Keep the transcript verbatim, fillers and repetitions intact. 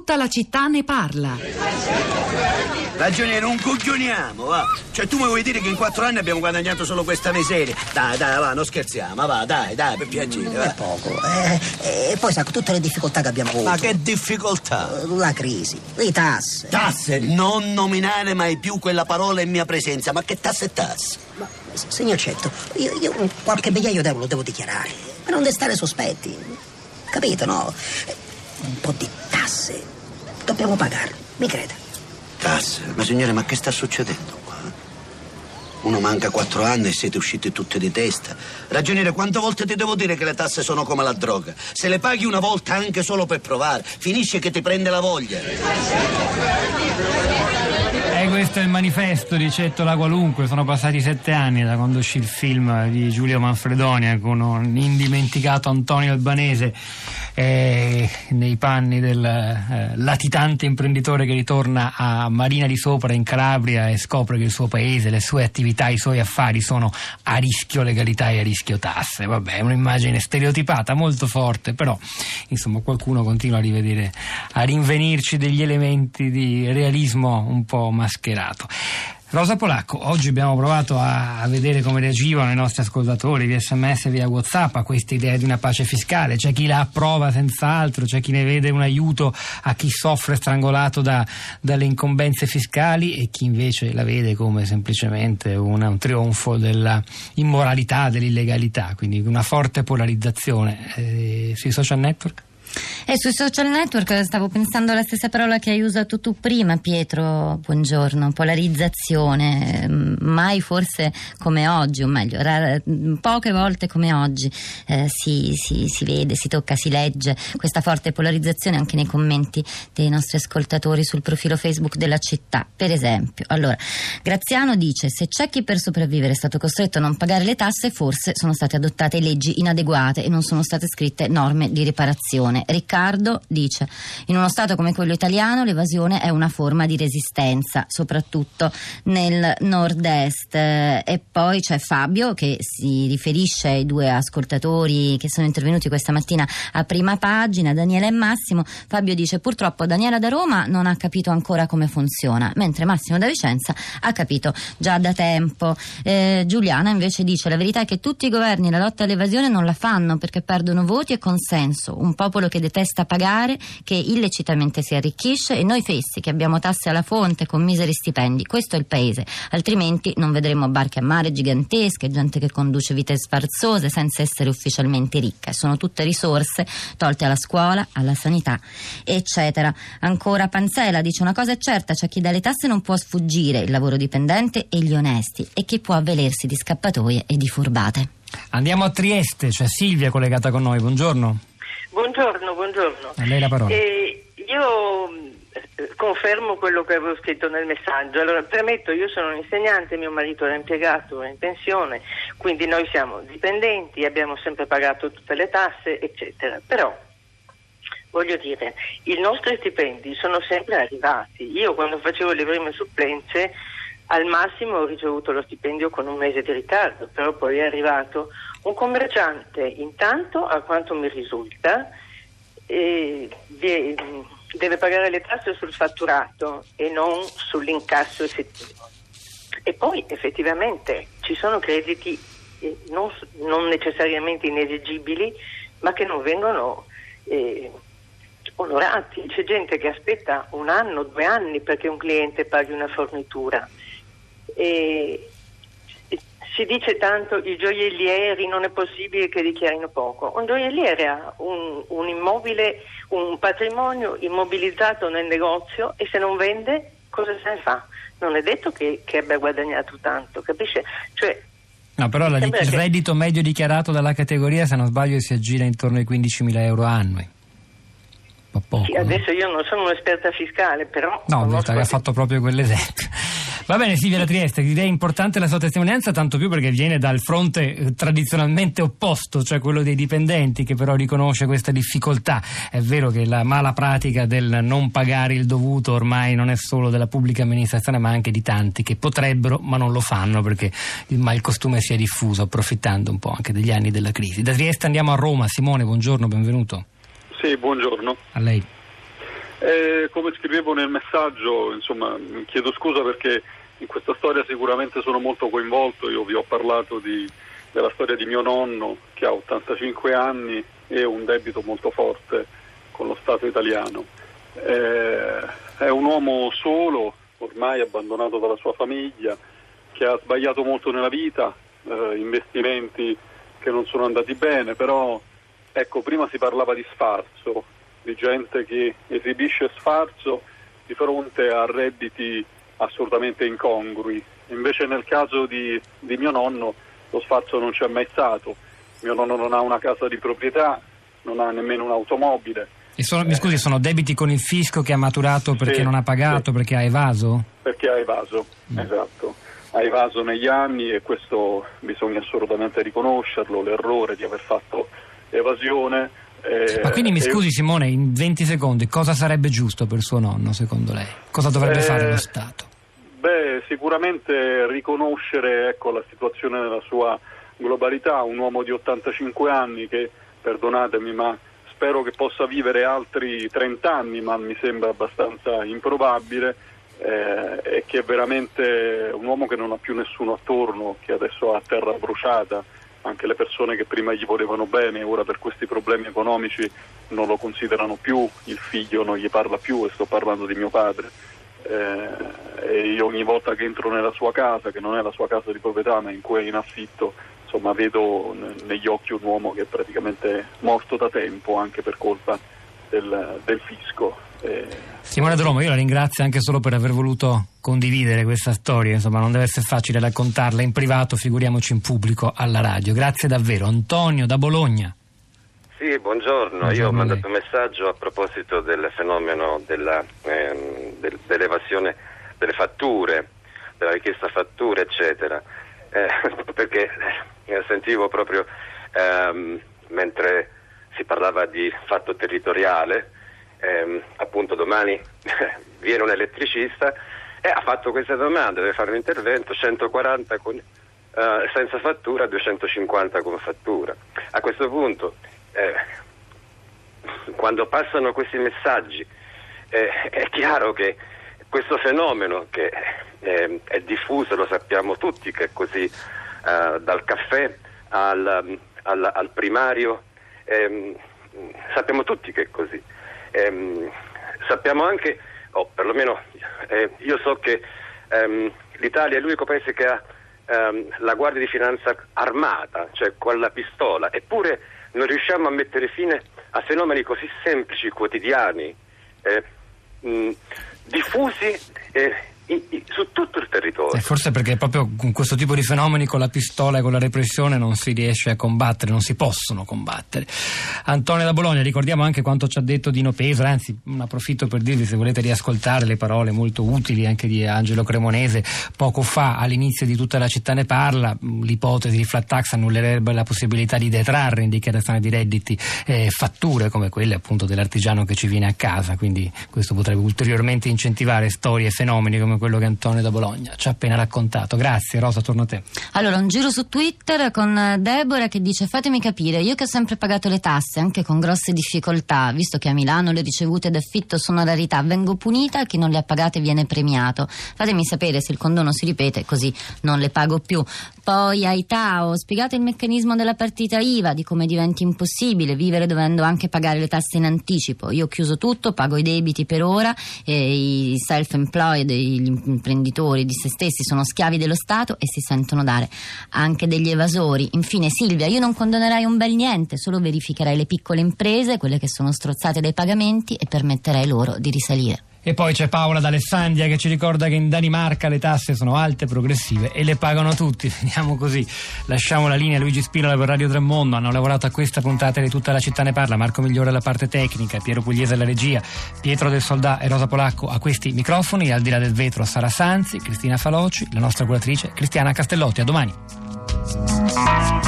Tutta la città ne parla. Ragioniere, non coglioniamo, va. Cioè, tu mi vuoi dire che in quattro anni abbiamo guadagnato solo questa miseria? Dai, dai, va, non scherziamo, va, dai, dai, per piacere, Non va. è poco. Eh, e poi sa, tutte le difficoltà che abbiamo avuto. Ma che difficoltà? La crisi, le tasse. Tasse? Non nominare mai più quella parola in mia presenza. Ma che tasse e tasse? Ma, signor Cetto, io, io qualche migliaio d'euro lo devo dichiarare, per non destare sospetti. Capito, no? Un po' di tasse dobbiamo pagare, mi creda. Tasse? Ma signore, ma che sta succedendo qua? Uno manca quattro anni e siete usciti tutte di testa. Ragioniere, quante volte ti devo dire che le tasse sono come la droga? Se le paghi una volta anche solo per provare, finisce che ti prende la voglia. Eh, questo è il manifesto di Cettola Qualunque. Sono passati sette anni da quando uscì il film di Giulio Manfredonia con un indimenticato Antonio Albanese eh, nei panni del eh, latitante imprenditore che ritorna a Marina di Sopra in Calabria e scopre che il suo paese, le sue attività, i suoi affari sono a rischio legalità e a rischio tasse. Vabbè, è un'immagine stereotipata molto forte, però insomma qualcuno continua a rivedere, a rinvenirci degli elementi di realismo un po' mascherato. Rosa Polacco, oggi abbiamo provato a, a vedere come reagivano i nostri ascoltatori via sms e via WhatsApp a questa idea di una pace fiscale. C'è chi la approva senz'altro, c'è chi ne vede un aiuto a chi soffre strangolato da, dalle incombenze fiscali e chi invece la vede come semplicemente una, un trionfo della immoralità, dell'illegalità, quindi una forte polarizzazione eh, sui social network. E sui social network stavo pensando la stessa parola che hai usato tu prima, Pietro. Buongiorno. Polarizzazione. Mai forse come oggi, o meglio, rara, poche volte come oggi eh, si, si, si vede, si tocca, si legge questa forte polarizzazione anche nei commenti dei nostri ascoltatori sul profilo Facebook della città. Per esempio, allora, Graziano dice: se c'è chi per sopravvivere è stato costretto a non pagare le tasse, forse sono state adottate leggi inadeguate e non sono state scritte norme di riparazione. Riccardo dice: in uno stato come quello italiano l'evasione è una forma di resistenza, soprattutto nel nord-est. E poi c'è Fabio che si riferisce ai due ascoltatori che sono intervenuti questa mattina a Prima Pagina, Daniela e Massimo. Fabio dice: purtroppo Daniela da Roma non ha capito ancora come funziona, mentre Massimo da Vicenza ha capito già da tempo. eh, Giuliana invece dice: la verità è che tutti i governi la lotta all'evasione non la fanno perché perdono voti e consenso, un popolo che detesta pagare, che illecitamente si arricchisce, e noi fessi che abbiamo tasse alla fonte con miseri stipendi. Questo è il paese, altrimenti non vedremo barche a mare gigantesche, gente che conduce vite sfarzose senza essere ufficialmente ricca. Sono tutte risorse tolte alla scuola, alla sanità, eccetera. Ancora Panzela dice: una cosa è certa, c'è chi dalle tasse non può sfuggire, il lavoro dipendente e gli onesti, e chi può avvalersi di scappatoie e di furbate. Andiamo a Trieste, c'è Silvia collegata con noi. Buongiorno. Buongiorno, buongiorno. A lei la parola. Eh, io confermo quello che avevo scritto nel messaggio. Allora, premetto, io sono un insegnante, mio marito era impiegato, è in pensione, quindi noi siamo dipendenti, abbiamo sempre pagato tutte le tasse, eccetera. Però, voglio dire, i nostri stipendi sono sempre arrivati. Io quando facevo le prime supplenze, al massimo ho ricevuto lo stipendio con un mese di ritardo, però poi è arrivato. Un commerciante, intanto, a quanto mi risulta, eh, deve pagare le tasse sul fatturato e non sull'incasso effettivo. E poi effettivamente ci sono crediti eh, non, non necessariamente inesigibili, ma che non vengono eh, onorati. C'è gente che aspetta un anno, due anni perché un cliente paghi una fornitura. E si dice tanto i gioiellieri non è possibile che dichiarino poco. Un gioielliere ha un, un immobile, un patrimonio immobilizzato nel negozio, e se non vende cosa se ne fa? Non è detto che, che abbia guadagnato tanto, capisce? Cioè, no, però la, il che... reddito medio dichiarato dalla categoria, se non sbaglio, si aggira intorno ai quindicimila euro annui. Un po' poco, sì, adesso io non sono un'esperta fiscale, però no, conosco... ha fatto proprio quell'esempio. Va bene, Silvia da Trieste, direi importante la sua testimonianza, tanto più perché viene dal fronte eh, tradizionalmente opposto, cioè quello dei dipendenti, che però riconosce questa difficoltà. È vero che la mala pratica del non pagare il dovuto ormai non è solo della pubblica amministrazione, ma anche di tanti che potrebbero ma non lo fanno perché il mal costume si è diffuso, approfittando un po' anche degli anni della crisi. Da Trieste andiamo a Roma. Simone, buongiorno, benvenuto. Sì, buongiorno. A lei. Eh, come scrivevo nel messaggio, insomma, chiedo scusa perché in questa storia sicuramente sono molto coinvolto. Io vi ho parlato di, della storia di mio nonno che ha ottantacinque anni e un debito molto forte con lo Stato italiano. Eh, è un uomo solo, ormai abbandonato dalla sua famiglia, che ha sbagliato molto nella vita, eh, investimenti che non sono andati bene, però ecco, prima si parlava di sfarzo, di gente che esibisce sfarzo di fronte a redditi assolutamente incongrui. Invece nel caso di, di mio nonno lo sfarzo non c'è mai stato. Mio nonno non ha una casa di proprietà, non ha nemmeno un'automobile. E sono, mi scusi, sono debiti con il fisco che ha maturato perché sì, non ha pagato, sì. perché ha evaso? Perché ha evaso, mm. esatto. Ha evaso negli anni e questo bisogna assolutamente riconoscerlo, l'errore di aver fatto evasione. Eh, Ma quindi mi scusi e... Simone, in venti secondi, cosa sarebbe giusto per suo nonno secondo lei? Cosa dovrebbe eh, fare lo Stato? Beh, sicuramente riconoscere, ecco, la situazione nella sua globalità. Un uomo di ottantacinque anni che, perdonatemi, ma spero che possa vivere altri trenta anni, ma mi sembra abbastanza improbabile, eh, e che è veramente un uomo che non ha più nessuno attorno, che adesso ha terra bruciata. Anche le persone che prima gli volevano bene ora per questi problemi economici non lo considerano più, il figlio non gli parla più, e sto parlando di mio padre. Eh, e io ogni volta che entro nella sua casa, che non è la sua casa di proprietà ma in cui è in affitto, insomma vedo negli occhi un uomo che è praticamente morto da tempo anche per colpa del, del fisco. Eh, Simone Dromo, io la ringrazio anche solo per aver voluto condividere questa storia, insomma non deve essere facile raccontarla in privato, figuriamoci in pubblico alla radio. Grazie davvero. Antonio da Bologna. Sì, buongiorno. buongiorno io ho mandato un messaggio a proposito del fenomeno della, ehm, del, dell'evasione delle fatture, della richiesta fatture eccetera, eh, perché eh, sentivo proprio ehm, mentre si parlava di fatto territoriale, ehm, appunto domani viene un elettricista e ha fatto questa domanda, deve fare un intervento, centoquaranta con, eh, senza fattura, duecentocinquanta con fattura. A questo punto Eh, quando passano questi messaggi eh, è chiaro che questo fenomeno che eh, è diffuso, lo sappiamo tutti che è così, eh, dal caffè al, al, al primario, eh, sappiamo tutti che è così. Eh, sappiamo anche, o perlomeno eh, io so che ehm, l'Italia è l'unico paese che ha ehm, la Guardia di Finanza armata, cioè con la pistola, eppure non riusciamo a mettere fine a fenomeni così semplici, quotidiani, eh, mh, diffusi eh, in, in, su tutto il territorio. E forse perché proprio con questo tipo di fenomeni, con la pistola e con la repressione, non si riesce a combattere, non si possono combattere. Antonio da Bologna, ricordiamo anche quanto ci ha detto Dino Pesaro, anzi ne approfitto per dirvi, se volete riascoltare le parole molto utili anche di Angelo Cremonese poco fa, all'inizio di Tutta la città ne parla, l'ipotesi di flat tax annullerebbe la possibilità di detrarre in dichiarazione di redditi eh, fatture come quelle appunto dell'artigiano che ci viene a casa, quindi questo potrebbe ulteriormente incentivare storie e fenomeni come quello che Antonio da Bologna ci ha appena raccontato. Grazie. Rosa, torno a te. Allora, un giro su Twitter con Deborah che dice: fatemi capire, io che ho sempre pagato le tasse anche con grosse difficoltà, visto che a Milano le ricevute d'affitto sono rarità, vengo punita, chi non le ha pagate viene premiato. Fatemi sapere se il condono si ripete, così non le pago più. Poi Aitao, spiegate il meccanismo della partita I V A, di come diventi impossibile vivere dovendo anche pagare le tasse in anticipo. Io ho chiuso tutto, pago i debiti per ora, e i self-employed, gli imprenditori di se stessi sono schiavi dello Stato e si sentono dare anche degli evasori. Infine Silvia, io non condonerei un bel niente, solo verificherei le piccole imprese, quelle che sono strozzate dai pagamenti, e permetterei loro di risalire. E poi c'è Paola d'Alessandia che ci ricorda che in Danimarca le tasse sono alte, progressive e le pagano tutti. Finiamo così, lasciamo la linea a Luigi Spinola per Radio Tremondo. Hanno lavorato a questa puntata di Tutta la città ne parla Marco Migliore alla parte tecnica, Piero Pugliese alla regia, Pietro del Soldà e Rosa Polacco a questi microfoni, al di là del vetro Sara Sanzi, Cristina Faloci, la nostra curatrice Cristiana Castellotti. A domani.